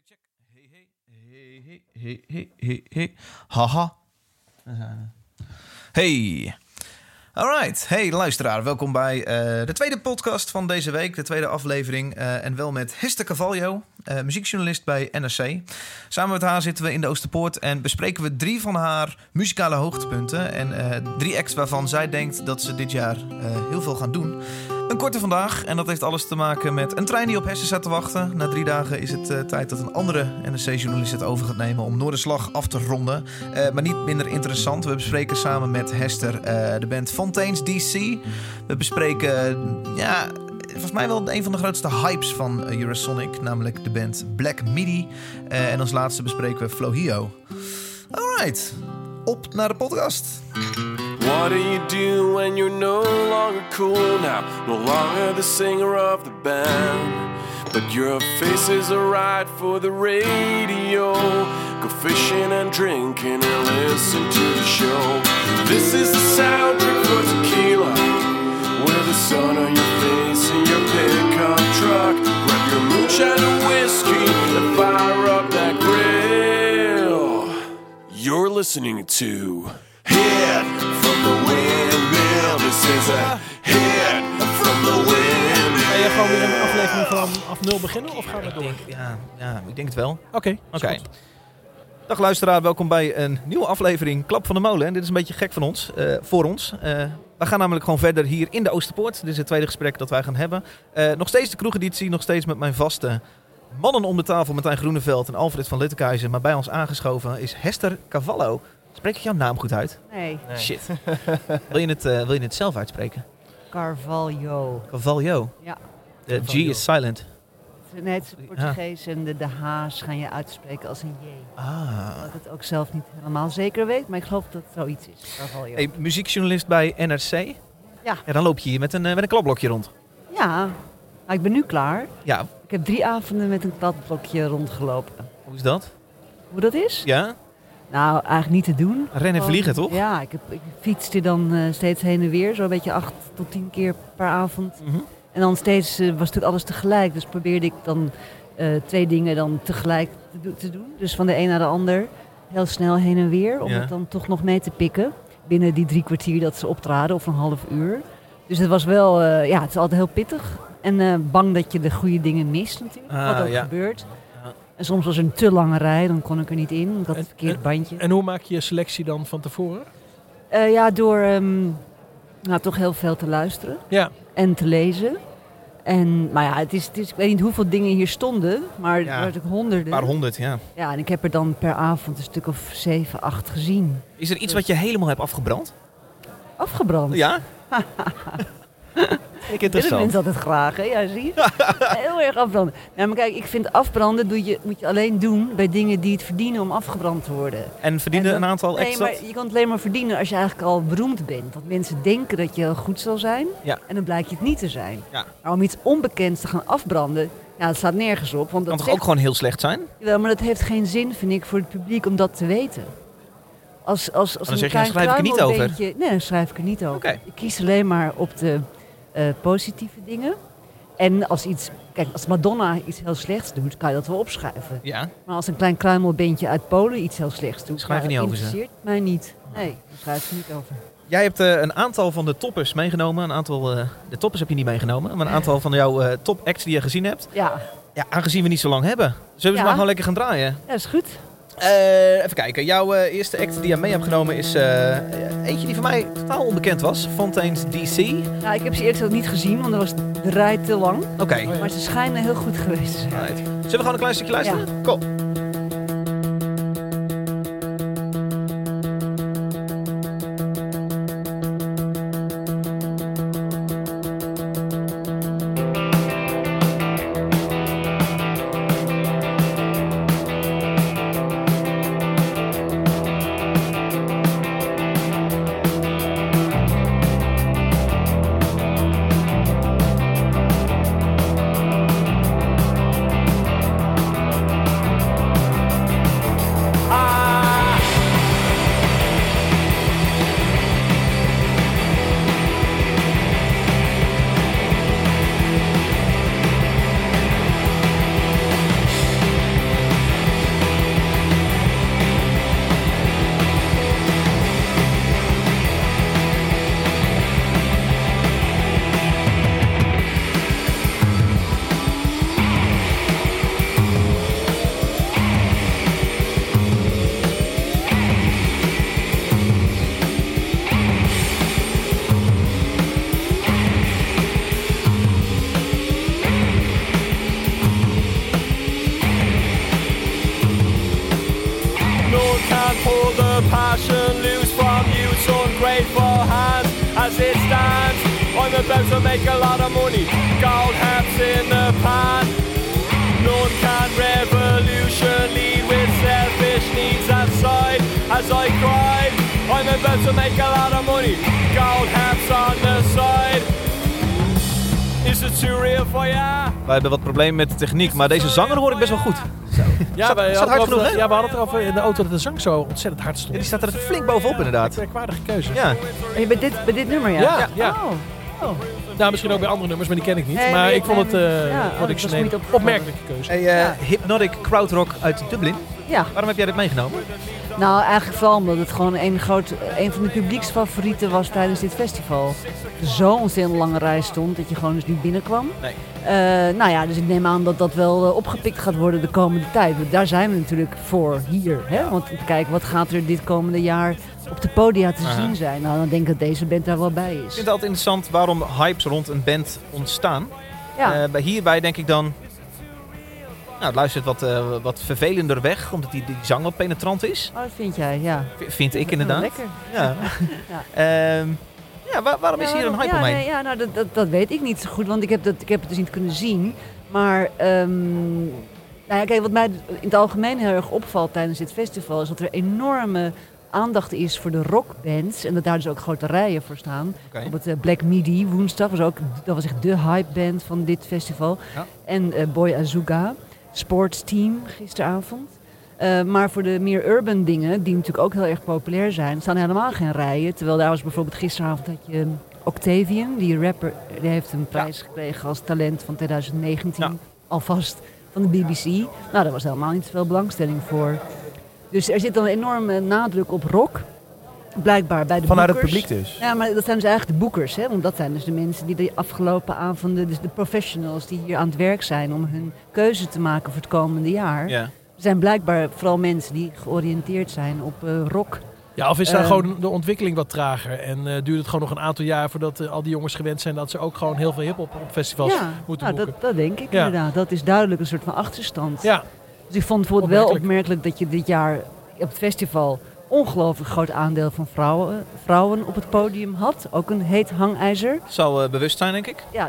check. Hey. Haha. Hey. Alright. Hey luisteraar, welkom bij de tweede podcast van deze week. De tweede aflevering. En wel met Hester Carvalho, muziekjournalist bij NRC. Samen met haar zitten we in de Oosterpoort en bespreken we 3 van haar muzikale hoogtepunten. En 3 acts waarvan zij denkt dat ze dit jaar heel veel gaan doen. Een korte vandaag en dat heeft alles te maken met een trein die op Hester staat te wachten. Na 3 dagen is het tijd dat een andere NRC-journalist het over gaat nemen om Noorderslag af te ronden. Maar niet minder interessant. We bespreken samen met Hester de band Fontaines DC. We bespreken, volgens mij wel een van de grootste hypes van Eurosonic, namelijk de band Black Midi. En als laatste bespreken we Flohio. Alright, op naar de podcast. What do you do when you're no longer cool now? No longer the singer of the band, but your face is alright for the radio. Go fishing and drinking and listen to the show. This is the soundtrack for tequila, with the sun on your face in your pickup truck. Grab your moonshine and whiskey and fire up that grill. You're listening to Hit from the Windmill. This is a hit from the windmill. Ga je gewoon weer een aflevering vanaf 0 beginnen of gaan we door? Ik denk het wel. Oké. Dag luisteraar, welkom bij een nieuwe aflevering Klap van de Molen. En dit is een beetje gek van ons, voor ons. We gaan namelijk gewoon verder hier in de Oosterpoort. Dit is het tweede gesprek dat wij gaan hebben. Nog steeds de kroegeditie, nog steeds met mijn vaste mannen om de tafel. Martijn Groeneveld en Alfred van Littekhuizen. Maar bij ons aangeschoven is Hester Carvalho. Spreek ik jouw naam goed uit? Nee. Shit. Wil je het zelf uitspreken? Carvalho. Carvalho? Ja. De G is silent. Nee, het is Portugees en de H's gaan je uitspreken als een J. Dat ik het ook zelf niet helemaal zeker weet, maar ik geloof dat het zoiets is. Carvalho. Hey, muziekjournalist bij NRC. Ja. En dan loop je hier met een klapblokje rond. Ja, maar ik ben nu klaar. Ja. Ik heb 3 avonden met een kladblokje rondgelopen. Hoe is dat? Hoe dat is? Ja? Nou, eigenlijk niet te doen. Rennen en vliegen, toch? Ja, ik fietste dan steeds heen en weer. Zo'n beetje 8 tot 10 keer per avond. Mm-hmm. En dan steeds was natuurlijk alles tegelijk. Dus probeerde ik dan 2 dingen dan tegelijk te doen. Dus van de een naar de ander. Heel snel heen en weer. Om het dan toch nog mee te pikken. Binnen die 3 kwartier dat ze optraden. Of een half uur. Dus het was wel, het is altijd heel pittig. En bang dat je de goede dingen mist natuurlijk. Wat ook gebeurt. En soms was er een te lange rij, dan kon ik er niet in. Ik had het verkeerd bandje. En hoe maak je selectie dan van tevoren? Door toch heel veel te luisteren. Ja. En te lezen. Maar het is, ik weet niet hoeveel dingen hier stonden, maar er waren natuurlijk honderden. Een paar 100, ja. Ja, en ik heb er dan per avond een stuk of 7, 8 gezien. Is er iets wat je helemaal hebt afgebrand? Afgebrand? Ja. Ik interessant. Mensen altijd graag, hè? Ja, zie je? Heel erg afbranden. Nou, maar kijk, ik vind afbranden moet je alleen doen bij dingen die het verdienen om afgebrand te worden. En verdienen een aantal extra? Nee, maar je kan het alleen maar verdienen als je eigenlijk al beroemd bent. Dat mensen denken dat je heel goed zal zijn. Ja. En dan blijkt je het niet te zijn. Ja. Maar om iets onbekends te gaan afbranden, dat staat nergens op. Want Kan dat toch ook gewoon heel slecht zijn? Jawel, maar dat heeft geen zin, vind ik, voor het publiek om dat te weten. Als dan zeg je, schrijf ik er niet over? Nee, dan schrijf ik er niet over. Okay. Ik kies alleen maar op de positieve dingen. En als Madonna iets heel slechts doet, kan je dat wel opschrijven. Ja. Maar als een klein kruimelbeentje uit Polen iets heel slechts doet, schrijf je niet over ze? Interesseert mij niet. Nee, daar schrijf ik niet over. Jij hebt een aantal van de toppers meegenomen. Een aantal, de toppers heb je niet meegenomen, maar een aantal van jouw top acts die je gezien hebt. Ja. Ja, aangezien we niet zo lang hebben, zullen we ze maar gewoon lekker gaan draaien? Ja, dat is goed. Even kijken. Jouw eerste act die je mee hebt genomen is eentje die voor mij totaal onbekend was. Fontaines DC. Ja, ik heb ze eerst ook niet gezien, want dan was de rij te lang. Oké. Maar ze schijnen heel goed geweest te zijn. Right. Zullen we gewoon een klein stukje luisteren? Ja. Kom. the passion loose from youth's ungrateful hands. As it stands, I'm about to make a lot of money. Gold hats in the pan. None can revolution lead with selfish needs aside. As I cried, I'm about to make a lot of money. Gold hats on the side. Is it too real for ya? Wij hebben wat problemen met de techniek, maar deze zanger hoor ik best wel goed. Ja, Staat hard genoeg, hè? Ja, we hadden het erover in de auto dat de zang zo ontzettend hard stond. Ja, die staat er flink bovenop inderdaad. Merkwaardige keuze. Ja. Bij dit nummer, ja? Ja. Oh. Nou, misschien ook bij andere nummers, maar die ken ik niet. Nee, maar nee, ik vond het dat was een niet opmerkelijke keuze. Hey, Hypnotic Krautrock uit Dublin. Ja. Waarom heb jij dit meegenomen? Nou, eigenlijk vooral omdat het gewoon een van de publieksfavorieten was tijdens dit festival. Zo'n ontzettend lange rij stond dat je gewoon dus niet binnenkwam. Nee. Nou ja, dus ik neem aan dat dat wel opgepikt gaat worden de komende tijd. Want daar zijn we natuurlijk voor hier. Hè? Want kijk, wat gaat er dit komende jaar op de podia te zien zijn? Nou, dan denk ik dat deze band daar wel bij is. Ik vind het altijd interessant waarom hypes rond een band ontstaan. Ja. Hierbij denk ik dan... Nou, het luistert wat vervelender weg, omdat die zang wat penetrant is. Oh, dat vind jij, ja. Vind ik inderdaad. Lekker. Ja. Waarom is hier een hype omheen? Nee, nou, dat weet ik niet zo goed, want ik heb het dus niet kunnen zien. Maar, nou ja, kijk, wat mij in het algemeen heel erg opvalt tijdens dit festival is dat er enorme aandacht is voor de rockbands. En dat daar dus ook grote rijen voor staan. Okay. Bijvoorbeeld Black Midi woensdag, dat was echt de hypeband van dit festival. Ja. En Boy Azuga, Sportsteam gisteravond. Maar voor de meer urban dingen, die natuurlijk ook heel erg populair zijn, staan helemaal geen rijen. Terwijl daar was bijvoorbeeld gisteravond had je Octavian, die rapper, die heeft een prijs gekregen als talent van 2019, alvast van de BBC. Nou, daar was helemaal niet zoveel belangstelling voor. Dus er zit dan een enorme nadruk op rock, blijkbaar bij de vanuit boekers. Het publiek dus? Ja, maar dat zijn dus eigenlijk de boekers, hè? Want dat zijn dus de mensen die de afgelopen avonden, dus de professionals die hier aan het werk zijn om hun keuze te maken voor het komende jaar. Ja. Er zijn blijkbaar vooral mensen die georiënteerd zijn op rock. Ja, of is daar gewoon de ontwikkeling wat trager? En duurt het gewoon nog een aantal jaar voordat al die jongens gewend zijn dat ze ook gewoon heel veel hiphop op festivals moeten boeken? Dat denk ik inderdaad. Dat is duidelijk een soort van achterstand. Ja. Dus ik vond het bijvoorbeeld wel opmerkelijk dat je dit jaar op het festival ongelooflijk groot aandeel van vrouwen op het podium had. Ook een heet hangijzer. Zal bewust zijn, denk ik. Ja,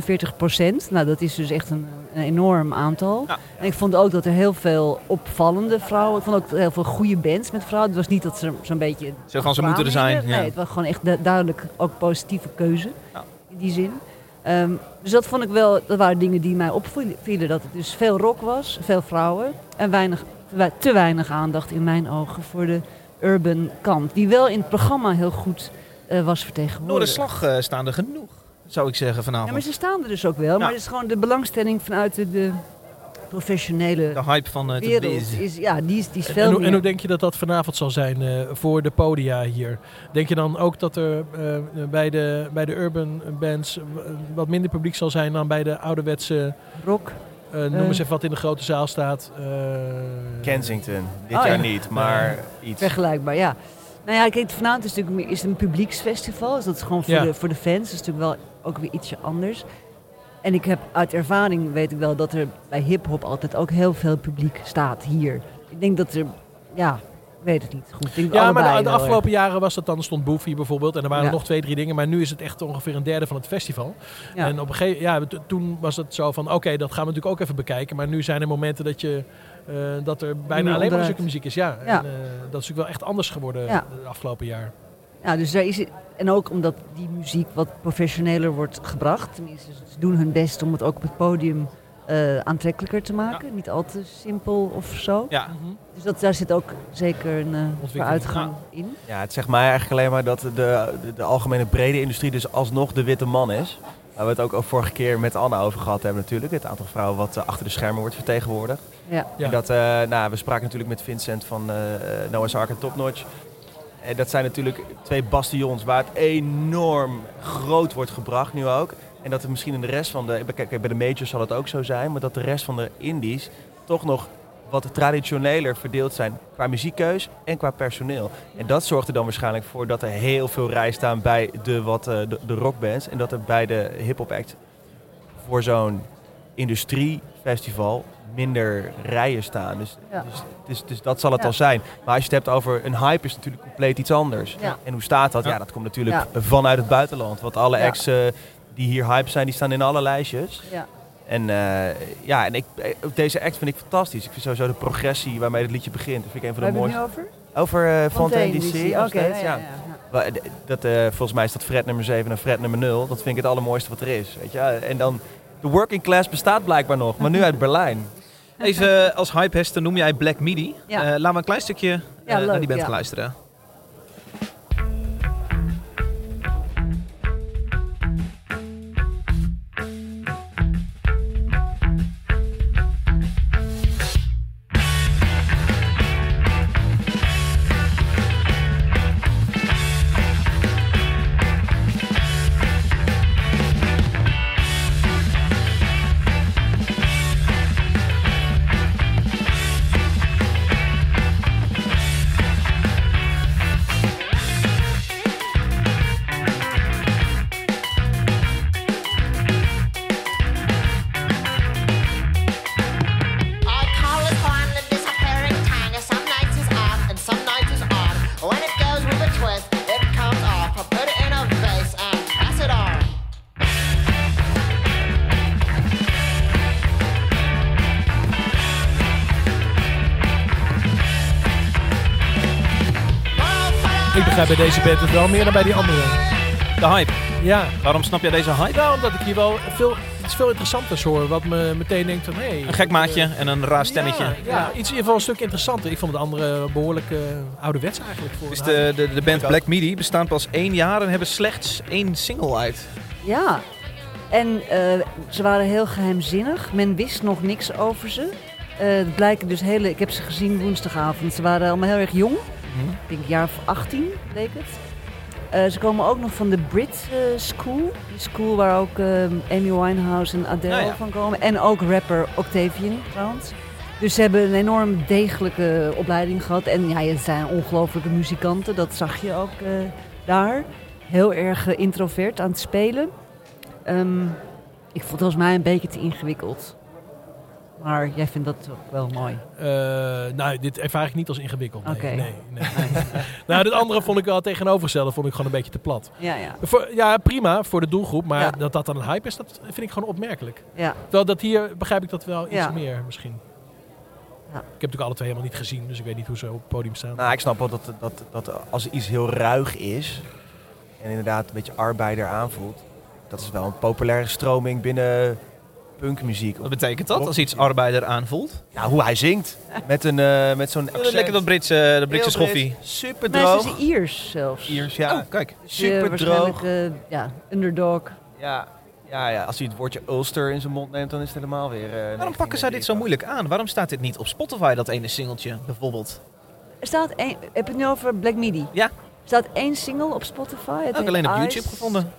47%. Nou, dat is dus echt een enorm aantal. Ja. En ik vond ook dat er heel veel opvallende vrouwen... Ik vond ook heel veel goede bands met vrouwen. Het was niet dat ze zo'n beetje... Zo van ze moeten er zijn. Ja. Nee, het was gewoon echt duidelijk ook positieve keuze. Ja. In die zin. Dus dat vond ik wel... Dat waren dingen die mij opvielen. Dat het dus veel rock was, veel vrouwen. En te weinig aandacht in mijn ogen voor de urban kant. Die wel in het programma heel goed was vertegenwoordigd. Noorderslag staan er genoeg, zou ik zeggen vanavond. Ja, maar ze staan er dus ook wel. Ja. Maar het is gewoon de belangstelling vanuit de professionele de hype van de wereld. biz. Die is veel meer. En hoe denk je dat dat vanavond zal zijn voor de podia hier? Denk je dan ook dat er bij de urban bands wat minder publiek zal zijn dan bij de ouderwetse rock? Noem eens even wat in de grote zaal staat. Kensington. Dit jaar niet, maar iets. Vergelijkbaar, ja. Nou ja, kijk, vanavond is het een publieksfestival. Dus dat is gewoon voor de fans. Dat is natuurlijk wel ook weer ietsje anders. En ik heb uit ervaring, weet ik wel, dat er bij hiphop altijd ook heel veel publiek staat hier. Ik denk dat er, ja, ik weet het niet goed. Ik denk maar de afgelopen jaren was dat dan, stond Boofy bijvoorbeeld. En er waren nog 2-3 dingen. Maar nu is het echt ongeveer een derde van het festival. Ja. En op een gegeven toen was het zo van, oké, dat gaan we natuurlijk ook even bekijken. Maar nu zijn er momenten dat er bijna alleen maar zulke muziek is. Ja. En, dat is natuurlijk wel echt anders geworden de afgelopen jaar. Ja, dus daar is het. En ook omdat die muziek wat professioneler wordt gebracht. Tenminste, ze doen hun best om het ook op het podium aantrekkelijker te maken. Ja. Niet al te simpel of zo. Ja. Dus daar zit ook zeker een vooruitgang in. Ja, het zegt mij eigenlijk alleen maar dat de algemene brede industrie dus alsnog de witte man is. Waar we het ook vorige keer met Anna over gehad hebben natuurlijk. Het aantal vrouwen wat achter de schermen wordt vertegenwoordigd. Ja. En dat, we spraken natuurlijk met Vincent van Noah's Ark en Top Notch. En dat zijn natuurlijk 2 bastions waar het enorm groot wordt gebracht nu ook. En dat er misschien in de rest van bij de majors zal het ook zo zijn, maar dat de rest van de indies toch nog wat traditioneler verdeeld zijn qua muziekkeus en qua personeel. En dat zorgt er dan waarschijnlijk voor dat er heel veel rij staan bij de rockbands. En dat er bij de hip-hop act voor zo'n industrie festival minder rijen staan. Dus dat zal het al zijn. Maar als je het hebt over een hype is natuurlijk compleet iets anders. Ja. En hoe staat dat? Ja, dat komt natuurlijk vanuit het buitenland. Want alle acts die hier hype zijn, die staan in alle lijstjes. Ja. En deze act vind ik fantastisch. Ik vind sowieso de progressie waarmee het liedje begint. Dat vind ik een van de mooiste. Over Fontaine DC. Oké. Dat volgens mij is dat fret nummer 7 en fret nummer 0. Dat vind ik het allermooiste wat er is. Weet je? En dan, de working class bestaat blijkbaar nog, maar nu uit Berlijn. Even als hypehester noem jij Black Midi. Laten we een klein stukje naar die band gaan luisteren. Ik begrijp bij deze band het wel meer dan bij die andere. De hype? Ja. Waarom snap jij deze hype? Nou, omdat ik hier wel iets veel interessanters hoor. Wat me meteen denkt van, hey, een gek maatje en een raar stemmetje. Ja, iets in ieder geval een stuk interessanter. Ik vond het andere behoorlijk ouderwets eigenlijk. Voor dus de band Black Midi bestaan pas 1 jaar en hebben slechts 1 single uit. Ja. En ze waren heel geheimzinnig. Men wist nog niks over ze. Het blijken dus ik heb ze gezien woensdagavond. Ze waren allemaal heel erg jong. Ik denk een jaar of 18 leek het. Ze komen ook nog van de Brit School. Die school waar ook Amy Winehouse en Adele van komen. En ook rapper Octavian trouwens. Dus ze hebben een enorm degelijke opleiding gehad. En ja, het zijn ongelofelijke muzikanten. Dat zag je ook daar. Heel erg introvert aan het spelen. Ik vond het volgens mij een beetje te ingewikkeld. Maar jij vindt dat ook wel mooi. Nou, dit ervaar ik niet als ingewikkeld. Nee. Okay. Nee. Nou, het andere vond ik wel tegenovergestelde. Vond ik gewoon een beetje te plat. Ja. Prima voor de doelgroep. Maar dat dan een hype is, dat vind ik gewoon opmerkelijk. Ja. Terwijl dat hier begrijp ik dat wel iets meer misschien. Ja. Ik heb natuurlijk alle twee helemaal niet gezien. Dus ik weet niet hoe ze op het podium staan. Nou, ik snap wel dat als iets heel ruig is. En inderdaad een beetje arbeider aanvoelt. Dat is wel een populaire stroming binnen punkmuziek. Wat betekent dat als iets arbeider aanvoelt? Nou, hoe hij zingt. Met zo'n accent. Lekker dat Britse schoffie. Super droog. Maar ze is Iers zelfs. Iers, ja. Oh, kijk. Super droog. Underdog. Ja, als hij het woordje Ulster in zijn mond neemt, dan is het helemaal weer... Waarom pakken zij dit zo moeilijk aan? Waarom staat dit niet op Spotify, dat ene singeltje, bijvoorbeeld? Er staat heb je het nu over Black Midi? Ja. Er staat 1 single op Spotify. Heb ik alleen op YouTube gevonden.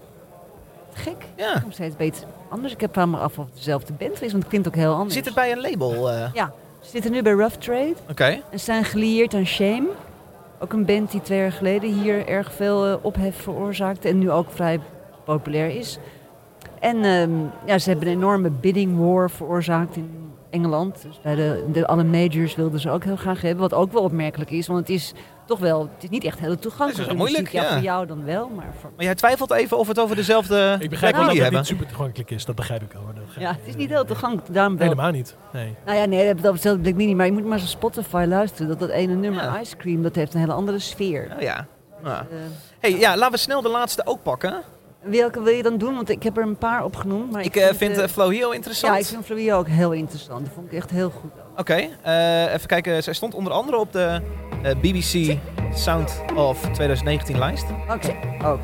Gek. Ja. Nog steeds beter anders. Ik heb me af of het dezelfde band is, want het klinkt ook heel anders. Zit het bij een label? Ja, ze zitten nu bij Rough Trade. Oké. En ze zijn gelieerd aan Shame. Ook een band die 2 jaar geleden hier erg veel ophef veroorzaakte en nu ook vrij populair is. En ze hebben een enorme bidding war veroorzaakt in Engeland. Dus bij alle majors wilden ze ook heel graag hebben. Wat ook wel opmerkelijk is, want het is toch wel, het is niet echt heel toegankelijk. Het is moeilijk, muziek. Ja, voor jou dan wel. Maar jij twijfelt even of het over dezelfde... Ik begrijp wel dat het niet super toegankelijk is. Dat begrijp ik wel. Ja, het is niet heel toegankelijk. Daarom wel. Helemaal niet. Nee. Nou ja, nee, we hebben het over hetzelfde Black Midi. Maar je moet maar eens op Spotify luisteren. Dat ene nummer, Ice Cream, dat heeft een hele andere sfeer. Oh ja. Laten we snel de laatste ook pakken. Welke wil je dan doen? Want ik heb er een paar opgenoemd. Maar ik vind Flowhio interessant. Ja, ik vind Flowhio ook heel interessant. Dat vond ik echt heel goed. Oké, even kijken. Zij stond onder andere op de BBC Sound of 2019 lijst. Oké.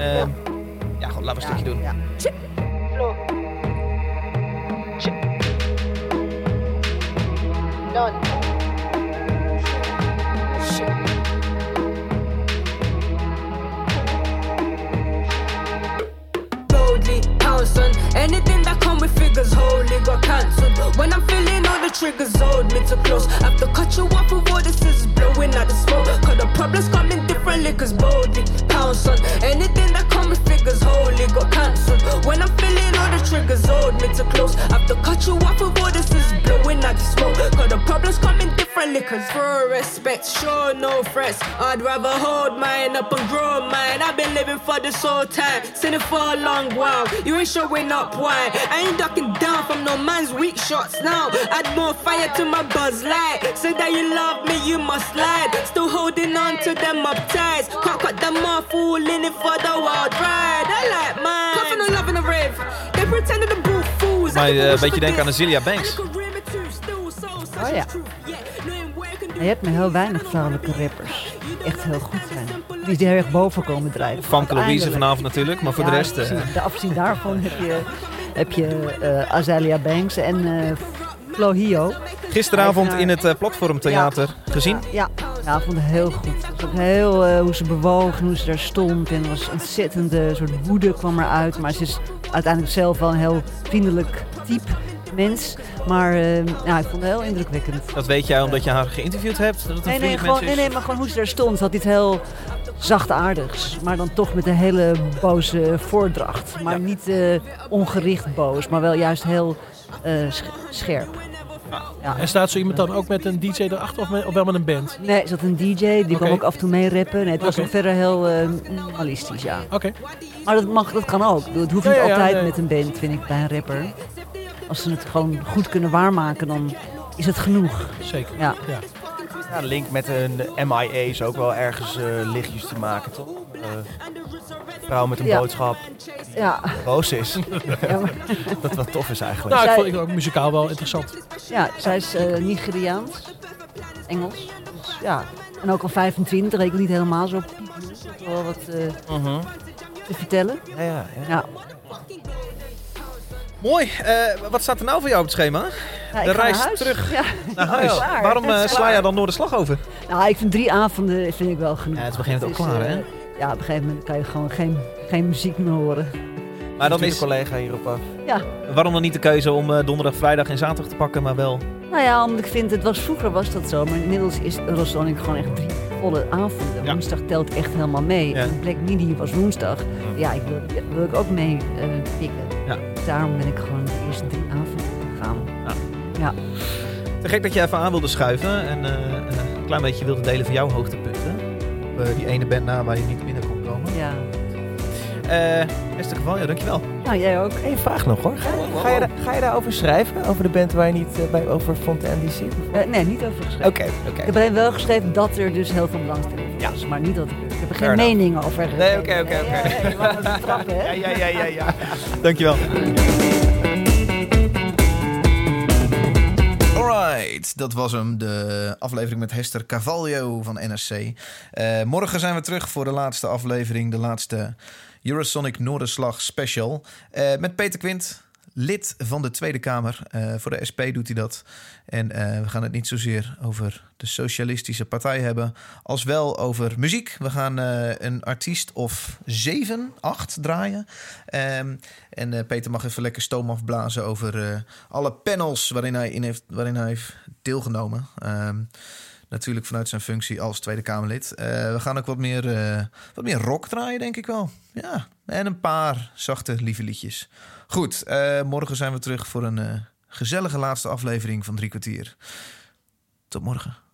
Ja, goed, laten we een stukje doen. Ja. Anything that come with figures, holy got cancelled. When I'm feeling all the triggers hold me too close. I have to cut you off before this is blowing out the smoke. Cause the problems come in different liquors, boldly pounce on anything that come with figures, holy got cancelled. When I'm feeling all the triggers hold me too close. I have to cut you off before this is blowing out the smoke. Cause the problems come in different liquors. For respect, sure no threats. I'd rather hold mine up and grow mine. I've been living for this whole time, seen it for a long while. You ain't showing up, why? I ain't ducking down from no man's weak shots now. Add more fire to my buzz light. Say that you love me, you must lie. Still holding on to them upties. Can't cut them off, fooling it for the wild ride. I like mine. Come from the love in the rave. They pretended to boo fools. Maar een beetje denken aan Azealia Banks. Oh ja. Je hebt maar heel weinig vrouwelijke rappers die echt heel goed zijn. Die heel erg boven komen drijven. Famke Louise vanavond natuurlijk, maar voor de rest... Afgezien daarvan heb je Azealia Banks en Flo Hio. Gisteravond in het Platformtheater gezien? Ja, ik vond het heel goed. Het was ook heel hoe ze bewoog en hoe ze daar stond. En er was ontzettende soort woede kwam eruit. Maar ze is uiteindelijk zelf wel een heel vriendelijk type mens. Maar ik vond het heel indrukwekkend. Dat weet jij omdat je haar geïnterviewd hebt? Dat het nee, maar gewoon hoe ze daar stond. Ze had iets heel zachtaardigs. Maar dan toch met een hele boze voordracht. Maar niet ongericht boos. Maar wel juist heel scherp. Ja. En staat zo iemand dan ook met een DJ erachter of wel met een band? Nee, ze had een DJ, die kwam ook af en toe mee rappen. Nee, het was nog verder heel minimalistisch, ja. Oké. Maar dat kan ook. Het hoeft niet altijd met een band, vind ik, bij een rapper. Als ze het gewoon goed kunnen waarmaken, dan is het genoeg. Zeker. Ja. Ja, de link met een MIA is ook wel ergens lichtjes te maken, toch? Vrouw met een boodschap die boos is. Dat wat tof is eigenlijk. Nou, ik vond het ook muzikaal wel interessant. Ja, zij is Nigeriaans, Engels. Dus, ja. En ook al 25, ik wil niet helemaal zo piepelen. Dus ik wel wat te vertellen. Ja. Mooi. Wat staat er nou voor jou op het schema? Ja, de reis terug naar huis. Waarom sla jij dan Noorderslag over? Nou, ik vind 3 avonden vind ik wel genoeg. Ja, het is op een gegeven moment ook klaar, hè? Ja, op een gegeven moment kan je gewoon geen muziek meer horen. Maar dan is een collega hierop af. Ja. Waarom dan niet de keuze om donderdag, vrijdag en zaterdag te pakken, maar wel? Nou ja, omdat ik vind, vroeger was dat zo, maar inmiddels is Eurosonic gewoon echt 3 volle avonden. Ja. Woensdag telt echt helemaal mee. Ja. En Black Midi was woensdag. Ja, wil ik ook mee pikken. Ja. Daarom ben ik gewoon de eerste 3 avonden gegaan. Ja. Te gek dat je even aan wilde schuiven en een klein beetje wilde delen van jouw hoogtepunten. Die ene band na waar je niet binnen kon komen. Ja. Beste geval, ja, dankjewel. Nou, jij ook. Eén vraag nog hoor. Ga je daarover schrijven? Over de band waar je niet bij over Fontaine DC? Nee, niet over geschreven. Oké. Ik heb alleen wel geschreven dat er dus heel veel belangstelling was. Maar niet dat ik heb er geen mening over. Nee, oké. Je mag me trappen, hè? Ja. Dankjewel. Alright, dat was hem. De aflevering met Hester Carvalho van NSC. Morgen zijn we terug voor de laatste aflevering. De laatste Eurosonic Noorderslag special. Met Peter Quint, lid van de Tweede Kamer. Voor de SP doet hij dat. En we gaan het niet zozeer over de Socialistische Partij hebben, als wel over muziek. We gaan een artiest of 7, 8 draaien. En Peter mag even lekker stoom afblazen over alle panels waarin hij heeft deelgenomen. Natuurlijk vanuit zijn functie als Tweede Kamerlid. We gaan ook wat meer rock draaien, denk ik wel. Ja, en een paar zachte, lieve liedjes. Goed, morgen zijn we terug voor een gezellige laatste aflevering van 3 kwartier. Tot morgen.